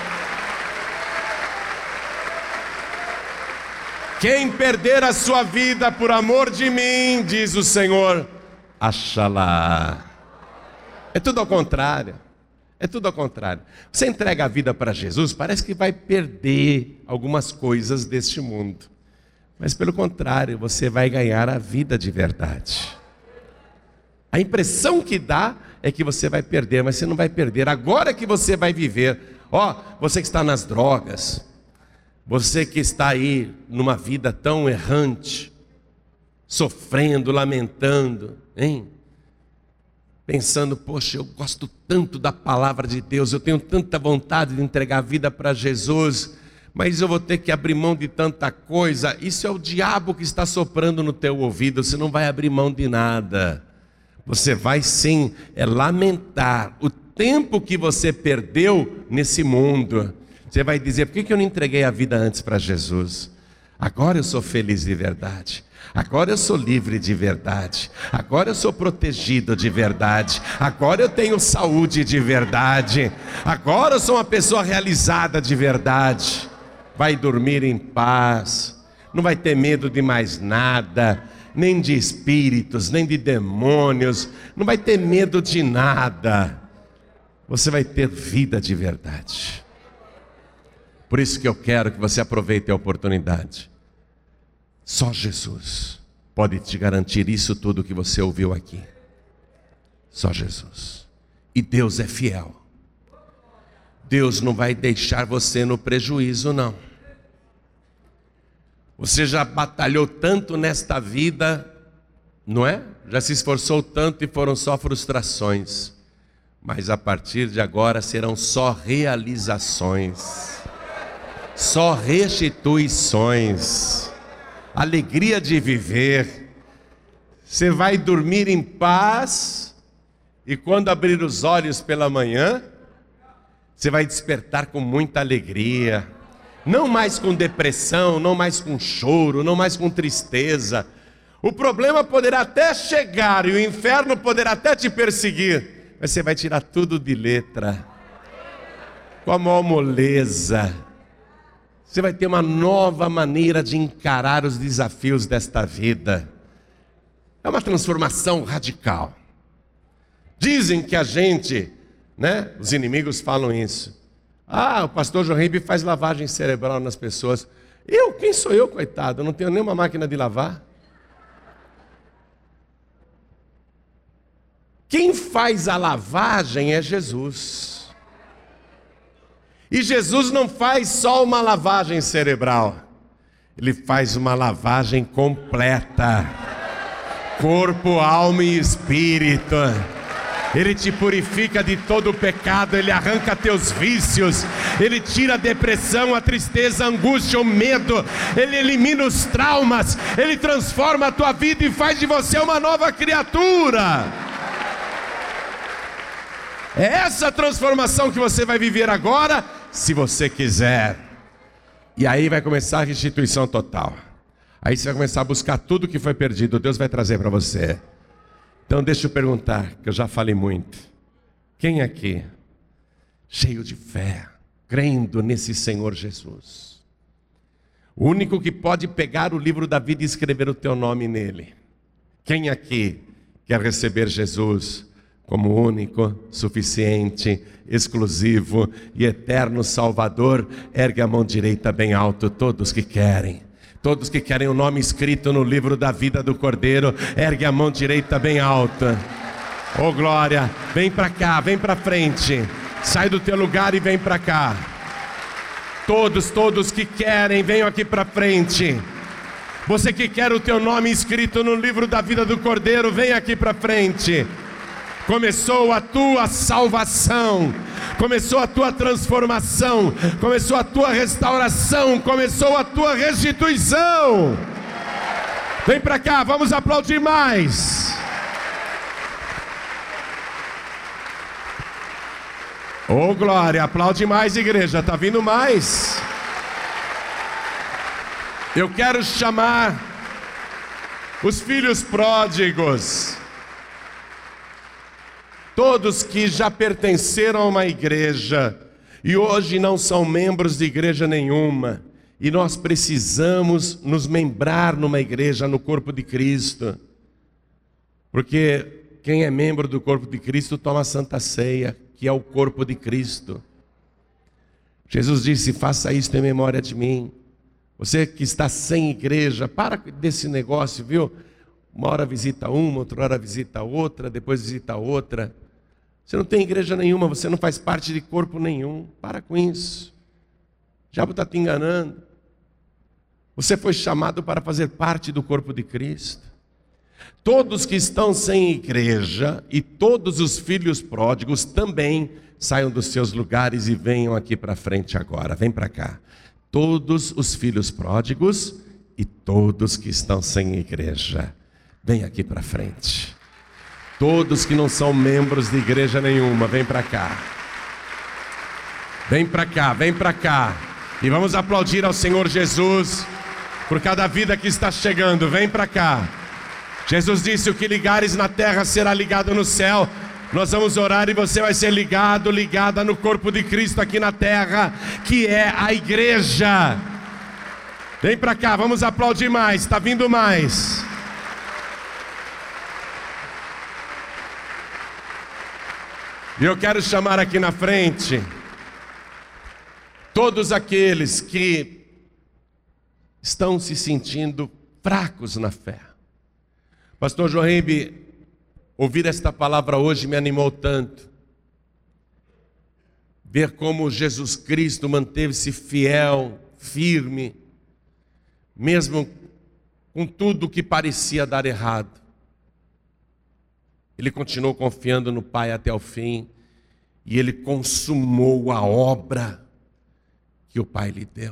Quem perder a sua vida por amor de mim, diz o Senhor, achará. É tudo ao contrário. É tudo ao contrário. Você entrega a vida para Jesus, parece que vai perder algumas coisas deste mundo. Mas pelo contrário, você vai ganhar a vida de verdade. A impressão que dá é que você vai perder, mas você não vai perder. Agora que você vai viver. Ó, você que está nas drogas, você que está aí numa vida tão errante, sofrendo, lamentando, hein? Pensando, poxa, eu gosto tanto da palavra de Deus, eu tenho tanta vontade de entregar a vida para Jesus, mas eu vou ter que abrir mão de tanta coisa. Isso é o diabo que está soprando no teu ouvido, você não vai abrir mão de nada. Você vai sim é lamentar o tempo que você perdeu nesse mundo. Você vai dizer, por que que eu não entreguei a vida antes para Jesus? Agora eu sou feliz de verdade. Agora eu sou livre de verdade. Agora eu sou protegido de verdade. Agora eu tenho saúde de verdade. Agora eu sou uma pessoa realizada de verdade. Vai dormir em paz. Não vai ter medo de mais nada. Nem de espíritos, nem de demônios. Não vai ter medo de nada. Você vai ter vida de verdade. Por isso que eu quero que você aproveite a oportunidade. Só Jesus pode te garantir isso tudo que você ouviu aqui. Só Jesus. E Deus é fiel. Deus não vai deixar você no prejuízo, não. Você já batalhou tanto nesta vida, não é? Já se esforçou tanto e foram só frustrações. Mas a partir de agora serão só realizações. Só restituições. Alegria de viver. Você vai dormir em paz e quando abrir os olhos pela manhã, você vai despertar com muita alegria. Não mais com depressão, não mais com choro, não mais com tristeza. O problema poderá até chegar e o inferno poderá até te perseguir, mas você vai tirar tudo de letra, com a maior moleza. Você vai ter uma nova maneira de encarar os desafios desta vida. É uma transformação radical. Dizem que a gente, né, os inimigos falam isso. Ah, o pastor João Ribe faz lavagem cerebral nas pessoas. Eu? Quem sou eu, coitado? Eu não tenho nenhuma máquina de lavar. Quem faz a lavagem é Jesus. E Jesus não faz só uma lavagem cerebral. Ele faz uma lavagem completa. Corpo, alma e espírito. Ele te purifica de todo o pecado, Ele arranca teus vícios, Ele tira a depressão, a tristeza, a angústia, o medo, Ele elimina os traumas, Ele transforma a tua vida e faz de você uma nova criatura. É essa transformação que você vai viver agora, se você quiser. E aí vai começar a restituição total. Aí você vai começar a buscar tudo que foi perdido, Deus vai trazer para você. Então deixa eu perguntar, que eu já falei muito. Quem aqui, cheio de fé, crendo nesse Senhor Jesus, o único que pode pegar o livro da vida e escrever o teu nome nele? Quem aqui quer receber Jesus como único, suficiente, exclusivo e eterno Salvador? Ergue a mão direita bem alto, todos que querem. Todos que querem o nome escrito no livro da vida do Cordeiro, ergue a mão direita bem alta. Oh glória, vem para cá, vem para frente. Sai do teu lugar e vem para cá. Todos, todos que querem, venham aqui para frente. Você que quer o teu nome escrito no livro da vida do Cordeiro, vem aqui para frente. Começou a tua salvação, começou a tua transformação, começou a tua restauração, começou a tua restituição. Vem para cá, vamos aplaudir mais. Oh glória, aplaude mais, igreja, está vindo mais. Eu quero chamar os filhos pródigos, todos que já pertenceram a uma igreja e hoje não são membros de igreja nenhuma, e nós precisamos nos membrar numa igreja, no corpo de Cristo, porque quem é membro do corpo de Cristo toma a Santa Ceia, que é o corpo de Cristo. Jesus disse: faça isto em memória de mim. Você que está sem igreja, para desse negócio, viu? Uma hora visita uma, outra hora visita outra, depois visita outra. Você não tem igreja nenhuma, você não faz parte de corpo nenhum. Para com isso. O diabo está te enganando. Você foi chamado para fazer parte do corpo de Cristo. Todos que estão sem igreja e todos os filhos pródigos também saiam dos seus lugares e venham aqui para frente agora. Vem para cá. Todos os filhos pródigos e todos que estão sem igreja, vem aqui para frente. Todos que não são membros de igreja nenhuma, vem para cá. Vem para cá, vem para cá. E vamos aplaudir ao Senhor Jesus por cada vida que está chegando. Vem para cá. Jesus disse: o que ligares na terra será ligado no céu. Nós vamos orar e você vai ser ligado, ligada no corpo de Cristo aqui na terra, que é a igreja. Vem para cá, vamos aplaudir mais, está vindo mais. E eu quero chamar aqui na frente todos aqueles que estão se sentindo fracos na fé. Pastor Joaíbe, ouvir esta palavra hoje me animou tanto. Ver como Jesus Cristo manteve-se fiel, firme, mesmo com tudo que parecia dar errado. Ele continuou confiando no Pai até o fim, e Ele consumou a obra que o Pai lhe deu.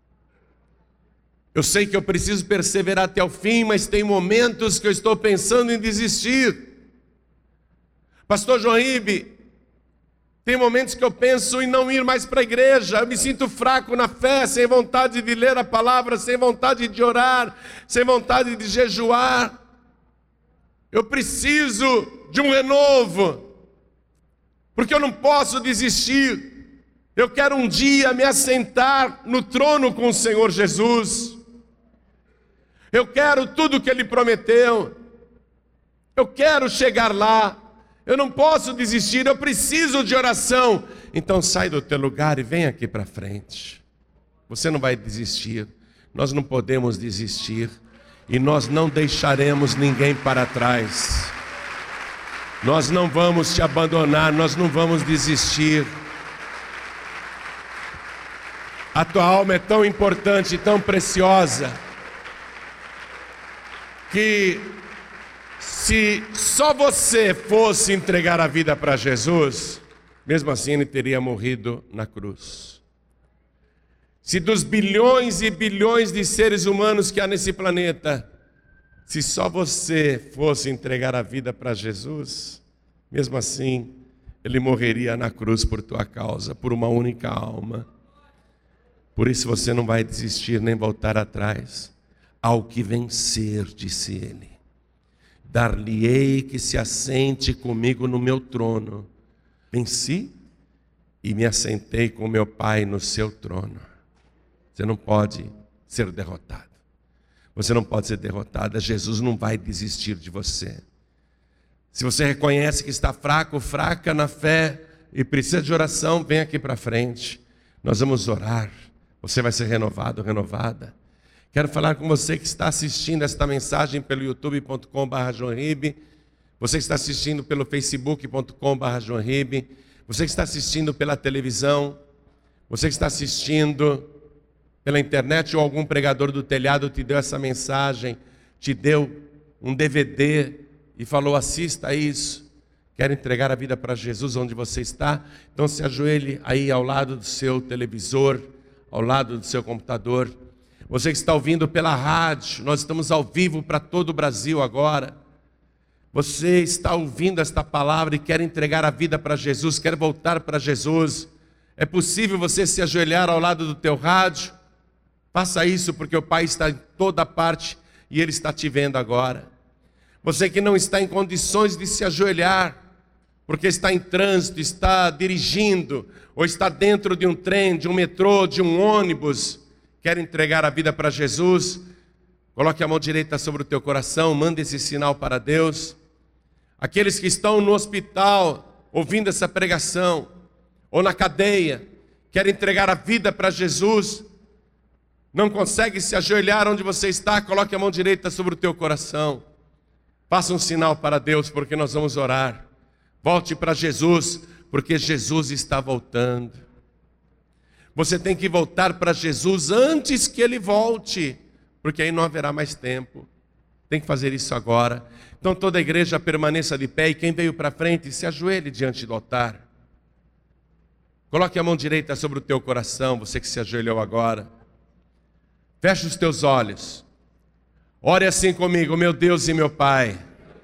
Eu sei que eu preciso perseverar até o fim, mas tem momentos que eu estou pensando em desistir. Pastor Joaíbe, tem momentos que eu penso em não ir mais para a igreja. Eu me sinto fraco na fé, sem vontade de ler a palavra, sem vontade de orar, sem vontade de jejuar. Eu preciso de um renovo, porque eu não posso desistir. Eu quero um dia me assentar no trono com o Senhor Jesus. Eu quero tudo que Ele prometeu. Eu quero chegar lá. Eu não posso desistir, eu preciso de oração. Então sai do teu lugar e vem aqui para frente. Você não vai desistir. Nós não podemos desistir. E nós não deixaremos ninguém para trás. Nós não vamos te abandonar, nós não vamos desistir. A tua alma é tão importante, tão preciosa, que se só você fosse entregar a vida para Jesus, mesmo assim Ele teria morrido na cruz. Se dos bilhões e bilhões de seres humanos que há nesse planeta, se só você fosse entregar a vida para Jesus, mesmo assim Ele morreria na cruz por tua causa, por uma única alma. Por isso você não vai desistir nem voltar atrás. Ao que vencer, disse Ele, dar-lhe-ei que se assente comigo no meu trono. Venci e me assentei com meu Pai no seu trono. Você não pode ser derrotado. Você não pode ser derrotada. Jesus não vai desistir de você. Se você reconhece que está fraco, fraca na fé e precisa de oração, vem aqui para frente. Nós vamos orar. Você vai ser renovado, renovada. Quero falar com você que está assistindo esta mensagem pelo youtube ponto com barra joaíbe, você que está assistindo pelo facebook ponto com barra joaíbe, você que está assistindo pela televisão, você que está assistindo pela internet ou algum pregador do telhado te deu essa mensagem, te deu um D V D e falou: assista isso. Quer entregar a vida para Jesus onde você está? Então se ajoelhe aí ao lado do seu televisor, ao lado do seu computador. Você que está ouvindo pela rádio, nós estamos ao vivo para todo o Brasil agora. Você está ouvindo esta palavra e quer entregar a vida para Jesus, quer voltar para Jesus. É possível você se ajoelhar ao lado do teu rádio? Faça isso, porque o Pai está em toda parte e Ele está te vendo agora. Você que não está em condições de se ajoelhar, porque está em trânsito, está dirigindo, ou está dentro de um trem, de um metrô, de um ônibus, quer entregar a vida para Jesus, coloque a mão direita sobre o teu coração, manda esse sinal para Deus. Aqueles que estão no hospital, ouvindo essa pregação, ou na cadeia, querem entregar a vida para Jesus, não consegue se ajoelhar onde você está, coloque a mão direita sobre o teu coração. Faça um sinal para Deus, porque nós vamos orar. Volte para Jesus, porque Jesus está voltando. Você tem que voltar para Jesus antes que Ele volte, porque aí não haverá mais tempo. Tem que fazer isso agora. Então toda a igreja permaneça de pé e quem veio para frente, se ajoelhe diante do altar. Coloque a mão direita sobre o teu coração, você que se ajoelhou agora. Feche os teus olhos. Ore assim comigo: meu Deus e meu Pai,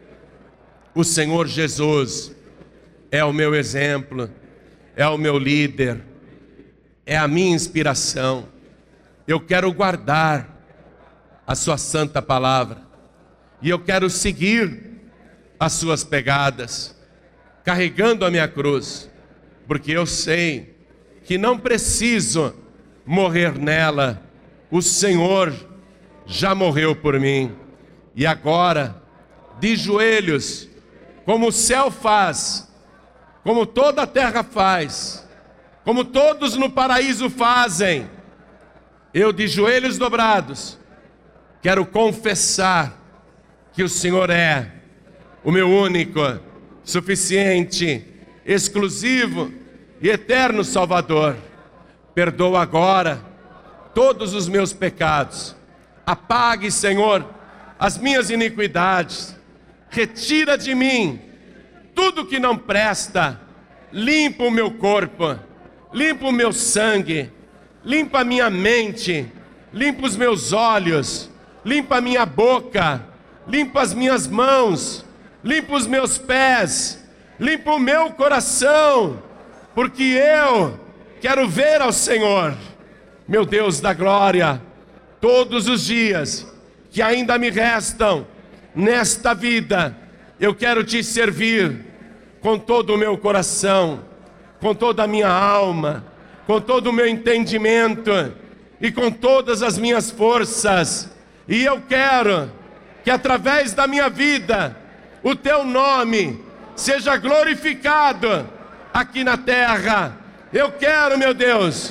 o Senhor Jesus é o meu exemplo, é o meu líder, é a minha inspiração. Eu quero guardar a sua santa palavra e eu quero seguir as suas pegadas, carregando a minha cruz, porque eu sei que não preciso morrer nela. O Senhor já morreu por mim. E agora, de joelhos, como o céu faz, como toda a terra faz, como todos no paraíso fazem, eu de joelhos dobrados, quero confessar que o Senhor é o meu único, suficiente, exclusivo e eterno Salvador. Perdoa agora todos os meus pecados. Apague, Senhor, as minhas iniquidades. Retira de mim tudo que não presta. Limpa o meu corpo, limpa o meu sangue, limpa a minha mente, limpa os meus olhos, limpa a minha boca, limpa as minhas mãos, limpa os meus pés, limpa o meu coração, porque eu quero ver ao Senhor, meu Deus da glória, todos os dias que ainda me restam nesta vida. Eu quero te servir com todo o meu coração, com toda a minha alma, com todo o meu entendimento e com todas as minhas forças. E eu quero que através da minha vida o teu nome seja glorificado aqui na terra. Eu quero, meu Deus,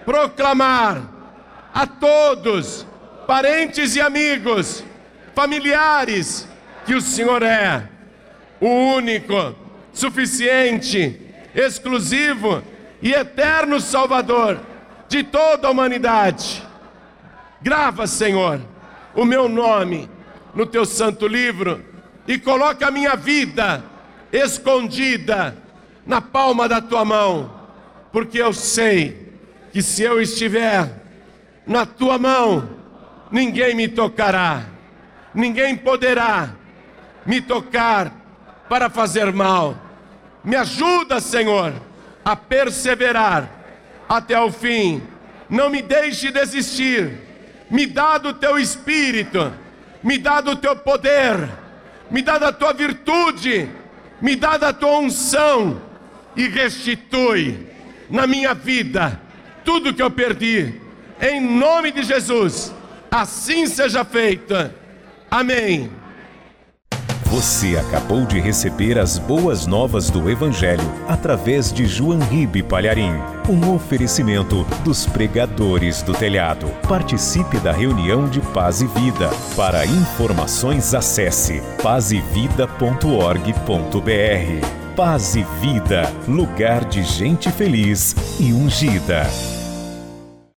proclamar a todos, parentes e amigos, familiares, que o Senhor é o único, suficiente, exclusivo e eterno Salvador de toda a humanidade. Grava, Senhor, o meu nome no teu santo livro e coloca a minha vida escondida na palma da tua mão, porque eu sei que se eu estiver na tua mão, ninguém me tocará, ninguém poderá me tocar para fazer mal. Me ajuda, Senhor, a perseverar até o fim. Não me deixe desistir. Me dá do teu espírito, me dá do teu poder, me dá da tua virtude, me dá da tua unção e restitui na minha vida tudo que eu perdi. Em nome de Jesus, assim seja feito. Amém. Você acabou de receber as boas novas do Evangelho através de João Ribe Palharim, um oferecimento dos pregadores do telhado. Participe da reunião de Paz e Vida. Para informações, acesse paz e vida ponto org ponto br. Paz e Vida, lugar de gente feliz e ungida.